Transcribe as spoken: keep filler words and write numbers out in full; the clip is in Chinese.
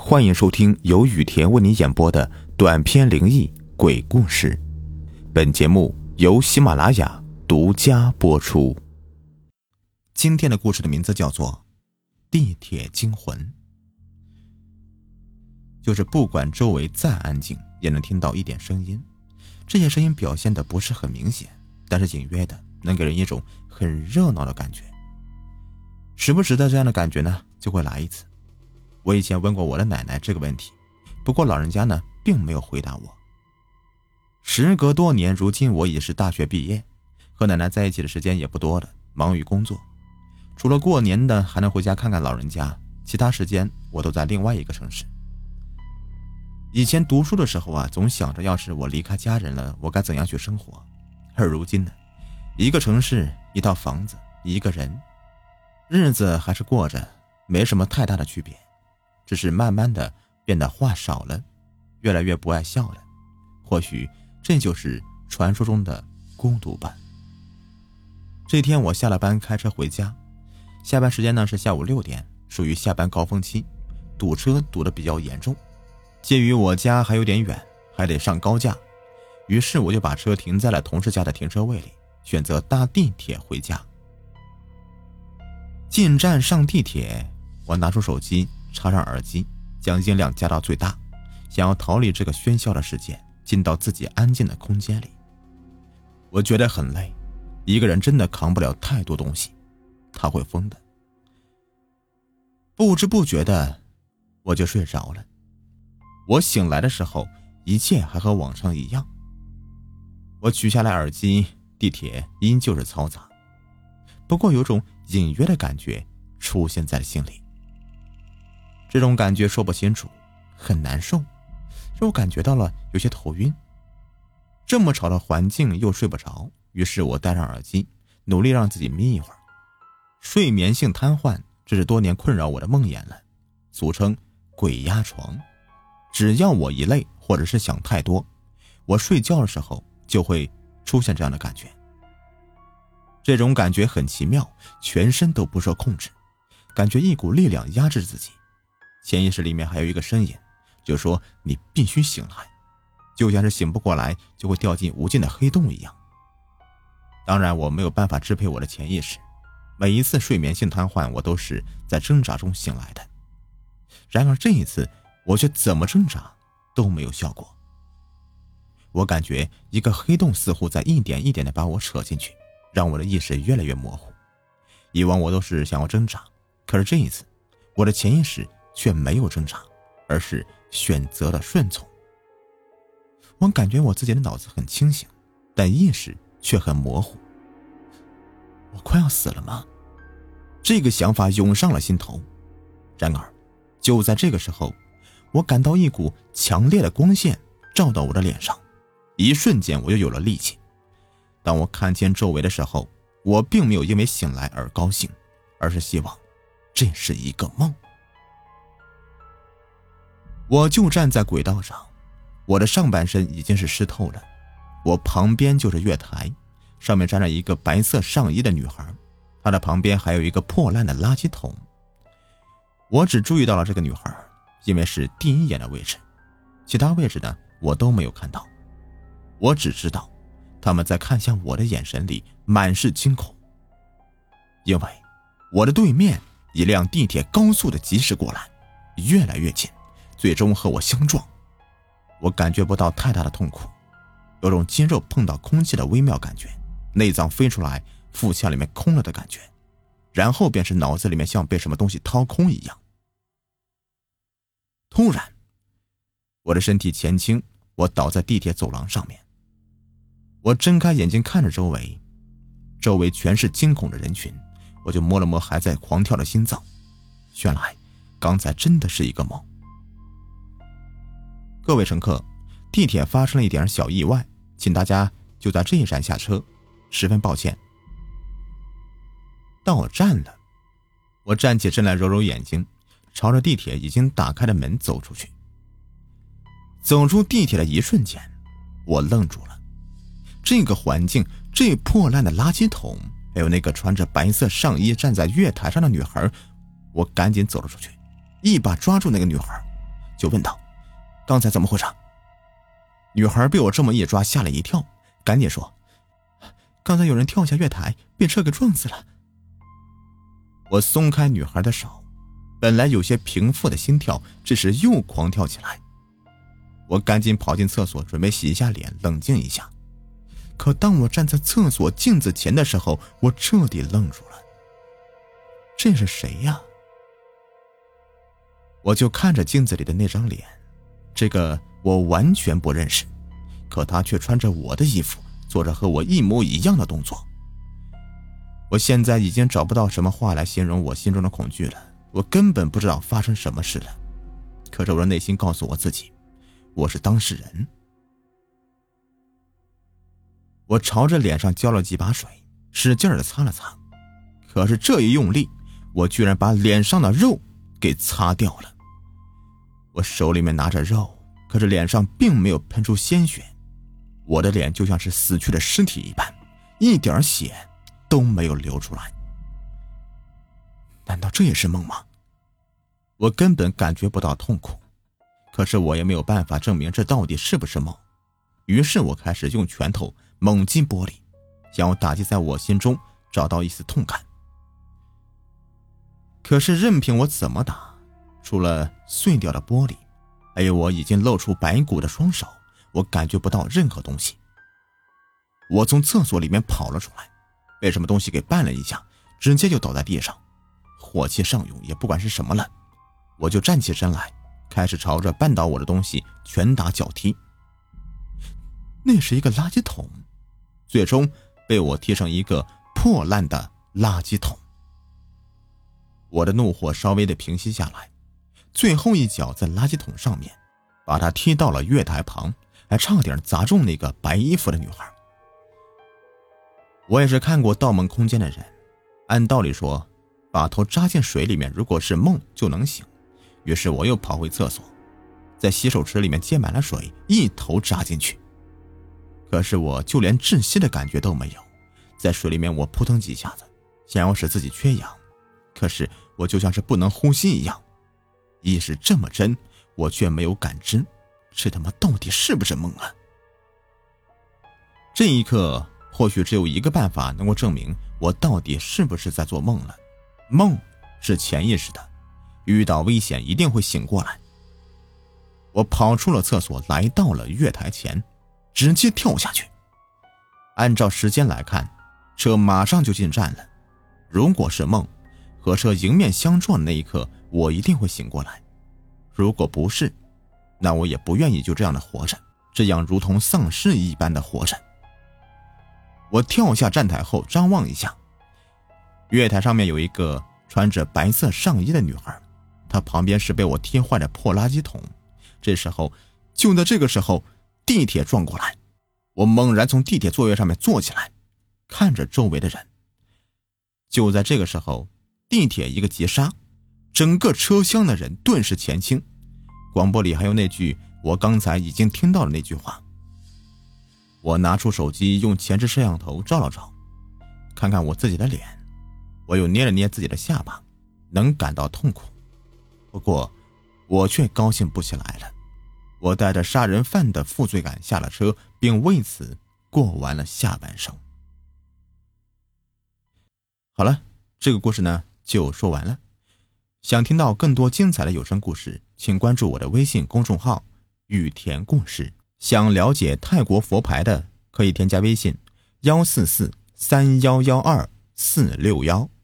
欢迎收听由雨田为你演播的短篇灵异鬼故事。本节目由喜马拉雅独家播出。今天的故事的名字叫做地铁惊魂。就是不管周围再安静，也能听到一点声音，这些声音表现的不是很明显，但是隐约的能给人一种很热闹的感觉。时不时的这样的感觉呢就会来一次。我以前问过我的奶奶这个问题，不过老人家呢并没有回答我。时隔多年，如今我已是大学毕业，和奶奶在一起的时间也不多了，忙于工作，除了过年的还能回家看看老人家，其他时间我都在另外一个城市。以前读书的时候啊，总想着要是我离开家人了，我该怎样去生活。而如今呢，一个城市，一套房子，一个人，日子还是过着，没什么太大的区别，只是慢慢的变得话少了，越来越不爱笑了。或许这就是传说中的孤独吧。这天我下了班开车回家，下班时间呢是下午六点，属于下班高峰期，堵车堵得比较严重。介于我家还有点远，还得上高架，于是我就把车停在了同事家的停车位里，选择搭地铁回家。进站上地铁，我拿出手机插上耳机，将音量加到最大，想要逃离这个喧嚣的世界，进到自己安静的空间里。我觉得很累，一个人真的扛不了太多东西，他会疯的。不知不觉的我就睡着了。我醒来的时候，一切还和往常一样。我取下来耳机，地铁依旧是嘈杂，不过有种隐约的感觉出现在了心里。这种感觉说不清楚，很难受，让我感觉到了有些头晕。这么吵的环境又睡不着，于是我戴上耳机，努力让自己眯一会儿。睡眠性瘫痪，这是多年困扰我的梦魇了，俗称鬼压床。只要我一累或者是想太多，我睡觉的时候就会出现这样的感觉。这种感觉很奇妙，全身都不受控制，感觉一股力量压制自己。潜意识里面还有一个声音，就说你必须醒来，就像是醒不过来就会掉进无尽的黑洞一样。当然我没有办法支配我的潜意识，每一次睡眠性瘫痪我都是在挣扎中醒来的。然而这一次我却怎么挣扎都没有效果。我感觉一个黑洞似乎在一点一点地把我扯进去，让我的意识越来越模糊。以往我都是想要挣扎，可是这一次我的潜意识却没有挣扎，而是选择了顺从。我感觉我自己的脑子很清醒，但意识却很模糊。我快要死了吗？这个想法涌上了心头。然而就在这个时候，我感到一股强烈的光线照到我的脸上，一瞬间我就有了力气。当我看见周围的时候，我并没有因为醒来而高兴，而是希望这是一个梦。我就站在轨道上，我的上半身已经是湿透了，我旁边就是月台，上面站着一个白色上衣的女孩，她的旁边还有一个破烂的垃圾桶。我只注意到了这个女孩，因为是第一眼的位置，其他位置呢我都没有看到。我只知道他们在看向我的眼神里满是惊恐，因为我的对面一辆地铁高速的疾驶过来，越来越近，最终和我相撞。我感觉不到太大的痛苦，有种肌肉碰到空气的微妙感觉，内脏飞出来，腹腔里面空了的感觉，然后便是脑子里面像被什么东西掏空一样。突然我的身体前倾，我倒在地铁走廊上面。我睁开眼睛看着周围，周围全是惊恐的人群，我就摸了摸还在狂跳的心脏，原来刚才真的是一个梦。各位乘客，地铁发生了一点小意外，请大家就在这一站下车，十分抱歉。到站了，我站起身来揉揉眼睛，朝着地铁已经打开的门走出去。走出地铁的一瞬间，我愣住了。这个环境，这破烂的垃圾桶，还有那个穿着白色上衣站在月台上的女孩，我赶紧走了出去，一把抓住那个女孩， 就问道：刚才怎么回事？女孩被我这么一抓吓了一跳，赶紧说：刚才有人跳下月台被车给撞死了。我松开女孩的手，本来有些平复的心跳这时又狂跳起来。我赶紧跑进厕所准备洗一下脸冷静一下，可当我站在厕所镜子前的时候，我彻底愣住了。这是谁呀？我就看着镜子里的那张脸，这个我完全不认识，可他却穿着我的衣服，做着和我一模一样的动作。我现在已经找不到什么话来形容我心中的恐惧了，我根本不知道发生什么事了。可是我的内心告诉我自己，我是当事人。我朝着脸上浇了几把水，使劲地擦了擦，可是这一用力，我居然把脸上的肉给擦掉了。我手里面拿着肉，可是脸上并没有喷出鲜血，我的脸就像是死去的尸体一般，一点血都没有流出来。难道这也是梦吗？我根本感觉不到痛苦，可是我也没有办法证明这到底是不是梦。于是我开始用拳头猛击玻璃，想要打击在我心中找到一丝痛感。可是任凭我怎么打，除了碎掉的玻璃，还有我已经露出白骨的双手，我感觉不到任何东西。我从厕所里面跑了出来，被什么东西给绊了一下，直接就倒在地上，火气上涌，也不管是什么了，我就站起身来，开始朝着绊倒我的东西拳打脚踢。那是一个垃圾桶，最终被我踢成一个破烂的垃圾桶。我的怒火稍微的平息下来，最后一脚在垃圾桶上面把它踢到了月台旁，还差点砸中那个白衣服的女孩。我也是看过《盗梦空间》的人，按道理说把头扎进水里面如果是梦就能醒，于是我又跑回厕所，在洗手池里面接满了水，一头扎进去。可是我就连窒息的感觉都没有，在水里面我扑腾几下子，想要使自己缺氧，可是我就像是不能呼吸一样，意识这么真，我却没有感知，这他妈到底是不是梦啊？这一刻或许只有一个办法能够证明我到底是不是在做梦了。梦是潜意识的，遇到危险一定会醒过来。我跑出了厕所，来到了月台前，直接跳下去。按照时间来看，车马上就进站了。如果是梦，和车迎面相撞的那一刻，我一定会醒过来。如果不是，那我也不愿意就这样的活着，这样如同丧尸一般的活着。我跳下站台后张望一下，月台上面有一个穿着白色上衣的女孩，她旁边是被我踢坏的破垃圾桶。这时候，就在这个时候，地铁撞过来，我猛然从地铁座位上面坐起来，看着周围的人。就在这个时候，地铁一个急刹，整个车厢的人顿时前倾，广播里还有那句我刚才已经听到的那句话。我拿出手机用前置摄像头照了照，看看我自己的脸，我又捏了捏自己的下巴，能感到痛苦。不过我却高兴不起来了，我带着杀人犯的负罪感下了车，并为此过完了下半生。好了，这个故事呢就说完了。想听到更多精彩的有声故事，请关注我的微信公众号雨田故事。想了解泰国佛牌的，可以添加微信幺四四三一一二四六一。